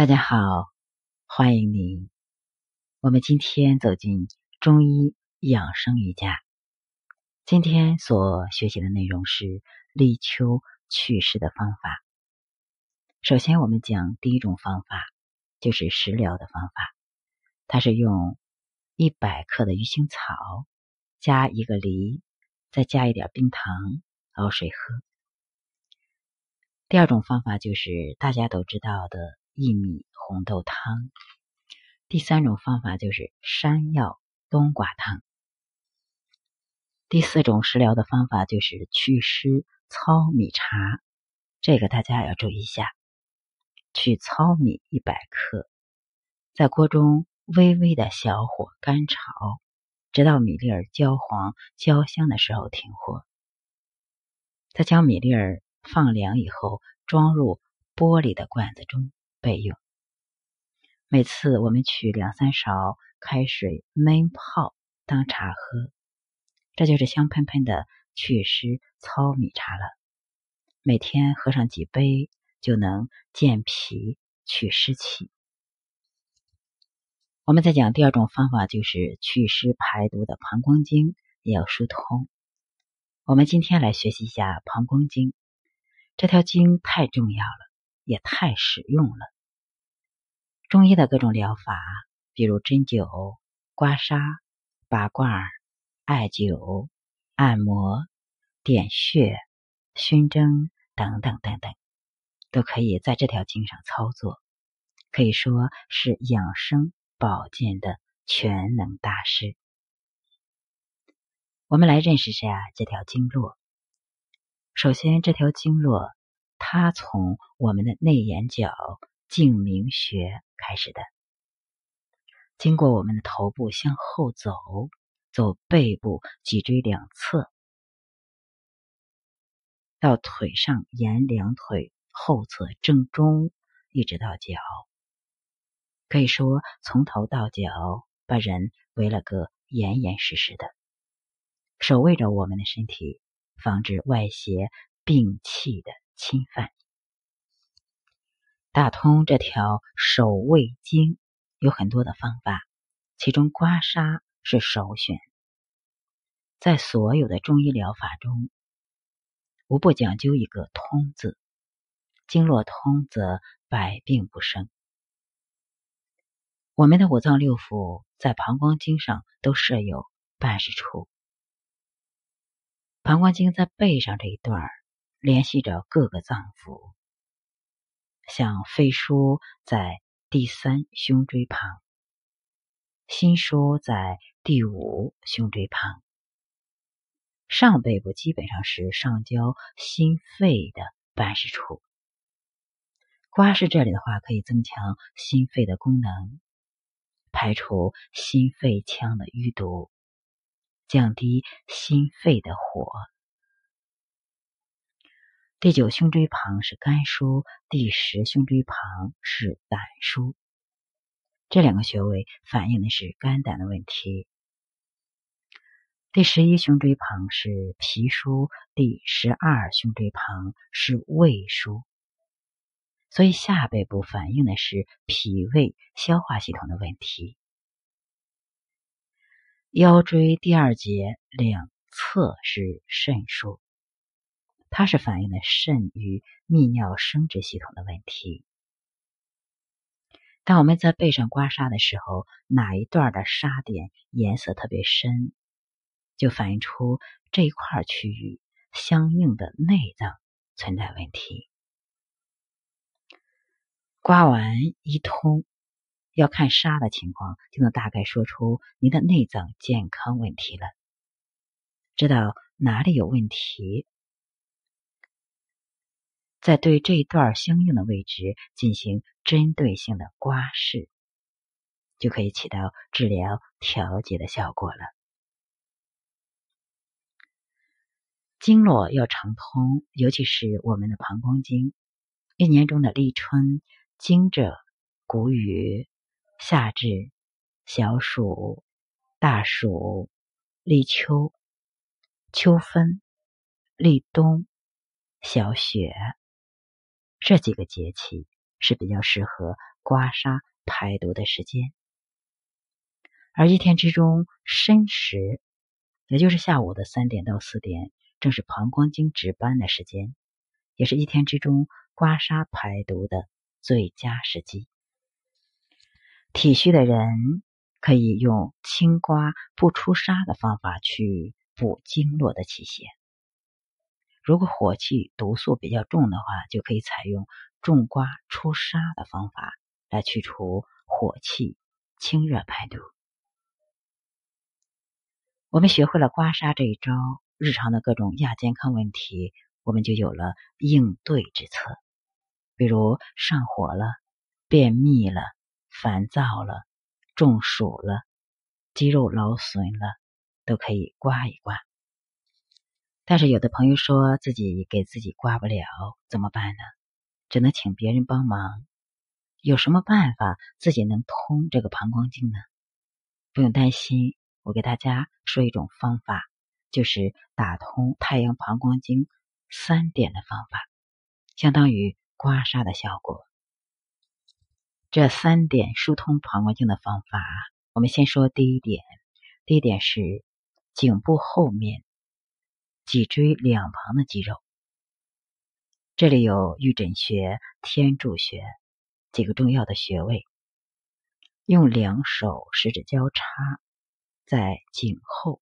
大家好，欢迎你。我们今天走进中医养生瑜伽。今天所学习的内容是立秋祛湿的方法。首先我们讲第一种方法，就是食疗的方法。它是用100克的鱼腥草加1个梨，再加一点冰糖熬水喝。第二种方法就是大家都知道的薏米红豆汤。第三种方法就是山药冬瓜汤。第四种食疗的方法就是祛湿糙米茶，这个大家要注意一下。取糙米100克，在锅中微微的小火干炒，直到米粒儿焦黄焦香的时候停火。再将米粒儿放凉以后，装入玻璃的罐子中备用。每次我们取2-3勺开水焖泡当茶喝，这就是香喷喷的祛湿糙米茶了。每天喝上几杯，就能健脾祛湿气。我们再讲第二种方法，就是祛湿排毒的膀胱经也要疏通。我们今天来学习一下膀胱经。这条经太重要了，也太实用了。中医的各种疗法，比如针灸、刮痧、拔罐、艾灸、按摩、点穴、熏蒸等等等等，都可以在这条经上操作，可以说是养生保健的全能大师。我们来认识一下这条经络。首先，这条经络它从我们的内眼角睛明穴开始的，经过我们的头部向后走，走背部脊椎两侧，到腿上沿两腿后侧正中，一直到脚。可以说从头到脚把人围了个严严实实的，守卫着我们的身体，防止外邪病气的侵犯。打通这条守卫经有很多的方法，其中刮痧是首选。在所有的中医疗法中，无不讲究一个通字，经络通则百病不生。我们的五脏六腑在膀胱经上都设有办事处。膀胱经在背上这一段联系着各个脏腑，像肺腧在第3胸椎旁，心腧在第5胸椎旁。上背部基本上是上焦心肺的办事处。刮拭这里的话，可以增强心肺的功能，排除心肺腔的淤堵，降低心肺的火。第9胸椎旁是肝腧，第10胸椎旁是胆腧。这两个穴位反映的是肝胆的问题。第11胸椎旁是脾腧，第12胸椎旁是胃腧。所以下背部反映的是脾胃消化系统的问题。腰椎第2节两侧是肾腧，它是反映的肾与泌尿生殖系统的问题。当我们在背上刮痧的时候，哪一段的痧点颜色特别深，就反映出这一块区域相应的内脏存在问题。刮完一通，要看痧的情况，就能大概说出您的内脏健康问题了。知道哪里有问题，再对这一段相应的位置进行针对性的刮拭，就可以起到治疗调节的效果了。经络要畅通，尤其是我们的膀胱经。一年中的立春、惊蛰、谷雨、夏至、小暑、大暑、立秋、秋分、立冬、小雪，这几个节气是比较适合刮痧排毒的时间。而一天之中申时，也就是下午的3点到4点，正是膀胱经值班的时间，也是一天之中刮痧排毒的最佳时机。体虚的人可以用轻刮不出痧的方法去补经络的气血。如果火气毒素比较重的话，就可以采用重刮出痧的方法来去除火气，清热排毒。我们学会了刮痧这一招，日常的各种亚健康问题我们就有了应对之策。比如上火了、便秘了、烦躁了、中暑了、肌肉劳损了，都可以刮一刮。但是有的朋友说自己给自己刮不了，怎么办呢？只能请别人帮忙。有什么办法自己能通这个膀胱经呢？不用担心，我给大家说一种方法，就是打通太阳膀胱经3点的方法，相当于刮痧的效果。这3点疏通膀胱经的方法，我们先说第一点。第一点是颈部后面脊椎两旁的肌肉，这里有玉枕穴、天柱穴几个重要的穴位。用2手食指交叉在颈后，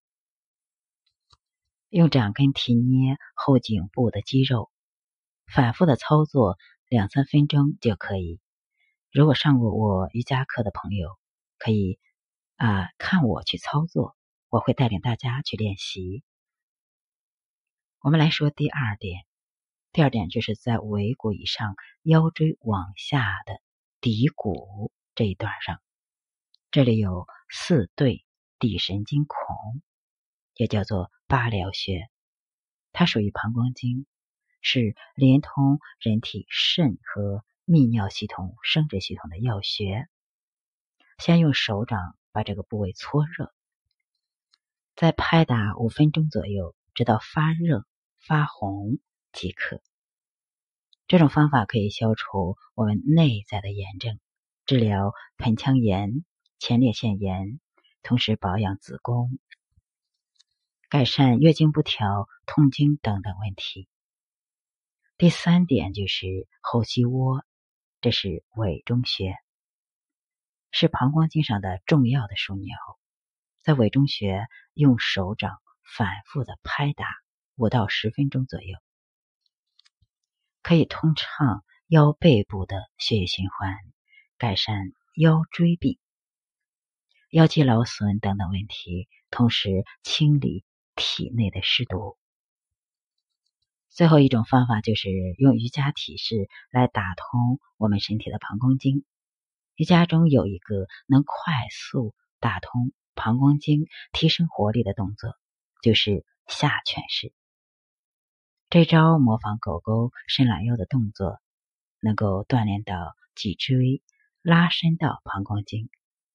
用掌根提捏后颈部的肌肉，反复的操作2-3分钟就可以。如果上过我瑜伽课的朋友，可以看我去操作，我会带领大家去练习。我们来说第二点。第二点就是在尾骨以上腰椎往下的骶骨这一段上，这里有4对骶神经孔，也叫做八髎穴。它属于膀胱经，是连通人体肾和泌尿系统、生殖系统的要穴。先用手掌把这个部位搓热，再拍打5分钟左右，直到发热发红即可。这种方法可以消除我们内在的炎症，治疗盆腔炎、前列腺炎，同时保养子宫，改善月经不调、痛经等等问题。第3点就是后膝窝，这是委中穴，是膀胱经上的重要的枢纽。在委中穴用手掌反复的拍打5到10分钟左右，可以通畅腰背部的血液循环，改善腰椎病、腰肌劳损等等问题，同时清理体内的湿毒。最后一种方法就是用瑜伽体式来打通我们身体的膀胱经。瑜伽中有一个能快速打通膀胱经、提升活力的动作，就是下犬式。这招模仿狗狗伸懒腰的动作，能够锻炼到脊椎，拉伸到膀胱经，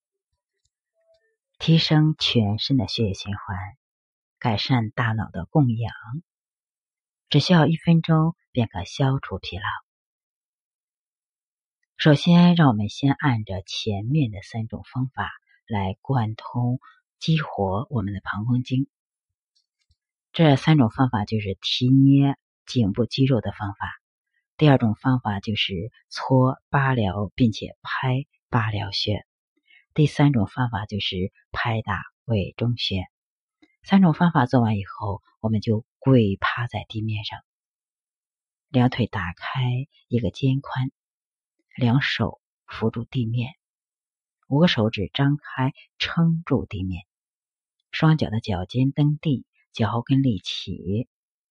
提升全身的血液循环，改善大脑的供氧，只需要1分钟便可消除疲劳。首先，让我们先按着前面的3种方法来贯通激活我们的膀胱经。这3种方法就是提捏颈部肌肉的方法，第2种方法就是搓八髎并且拍八髎穴，第3种方法就是拍打委中穴。3种方法做完以后，我们就跪趴在地面上，2腿打开1个肩宽，2手扶住地面，5个手指张开撑住地面，双脚的脚尖蹬地，脚后跟立起，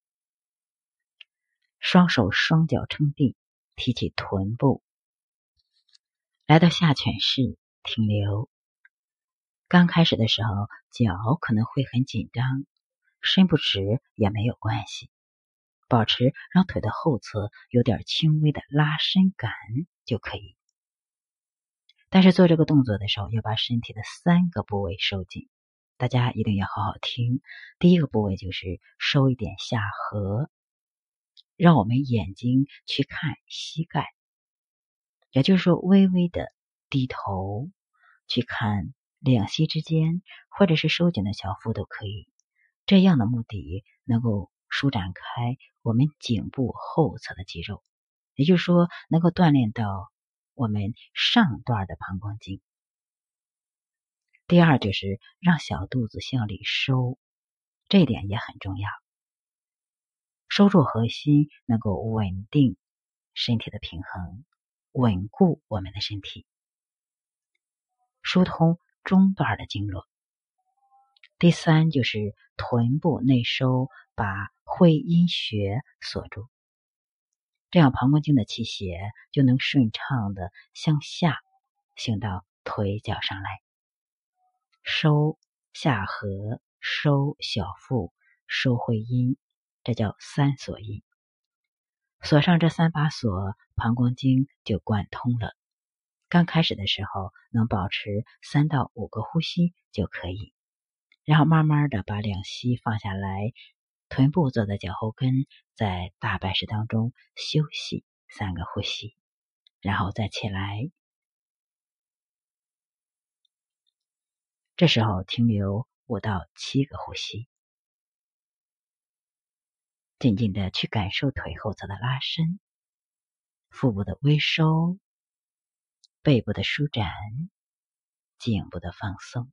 双手双脚撑地，提起臀部，来到下犬式停留。刚开始的时候，脚可能会很紧张，伸不直也没有关系，保持让腿的后侧有点轻微的拉伸感就可以。但是做这个动作的时候，要把身体的3个部位收紧，大家一定要好好听。第1个部位就是收一点下颌，让我们眼睛去看膝盖，也就是说微微的低头去看两膝之间，或者是收紧的小腹都可以。这样的目的能够舒展开我们颈部后侧的肌肉，也就是说能够锻炼到我们上段的膀胱经。第二就是让小肚子向里收，这一点也很重要。收住核心，能够稳定身体的平衡，稳固我们的身体，疏通中段的经络。第三就是臀部内收，把会阴穴锁住，这样膀胱经的气血就能顺畅的向下行到腿脚上来。收下颌，收小腹，收会阴，这叫三锁阴。锁上这3把锁，膀胱经就贯通了。刚开始的时候能保持3到5个呼吸就可以，然后慢慢的把两膝放下来，臀部坐在脚后跟，在大拜式当中休息3个呼吸，然后再起来。这时候停留5到7个呼吸，静静的去感受腿后侧的拉伸，腹部的微收，背部的舒展，颈部的放松。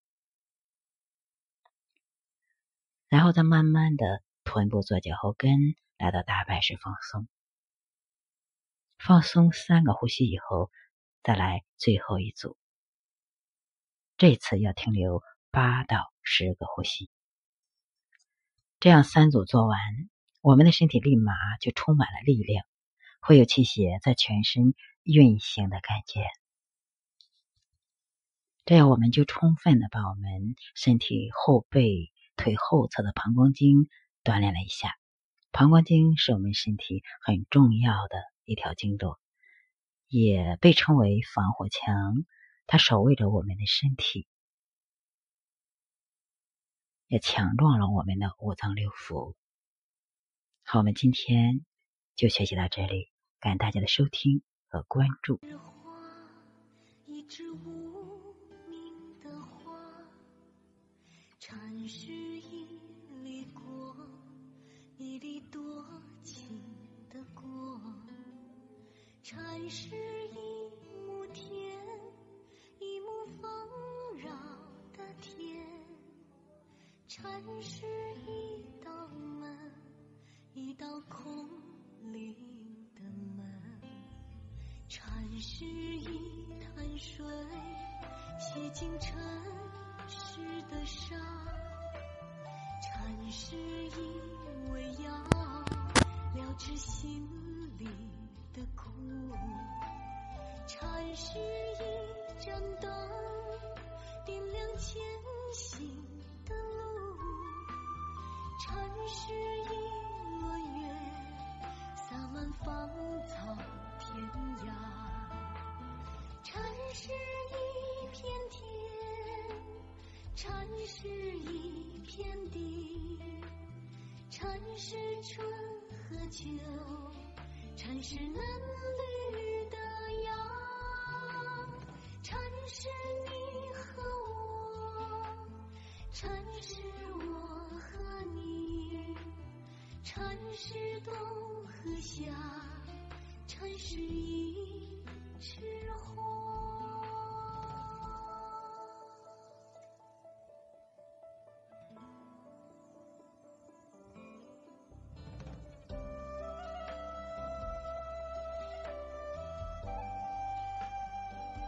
然后再慢慢的臀部做脚后跟，来到大拜式放松。放松3个呼吸以后，再来最后一组。这次要停留8到10个呼吸。这样3组做完，我们的身体立马就充满了力量，会有气血在全身运行的感觉。这样我们就充分的把我们身体后背腿后侧的膀胱经锻炼了一下。膀胱经是我们身体很重要的一条经络，也被称为防火墙，它守卫着我们的身体，也强壮了我们的五脏六腑。好，我们今天就学习到这里，感谢大家的收听和关注。 一枝无名的花，禅师一粒果，一粒多情的果。禅师一亩田，一亩丰饶的田。禅师一道门，一道空灵的门。禅师一潭水，洗净尘世的沙。禅师一味药，疗治心里的苦。禅师一盏灯，点亮前行的路。禅师一轮月，洒满芳草天涯。禅师一片天，禅师一片地。禅师春和秋，禅师嫩绿的芽。禅师你和我，禅师我和你。禅师东和夏，禅师一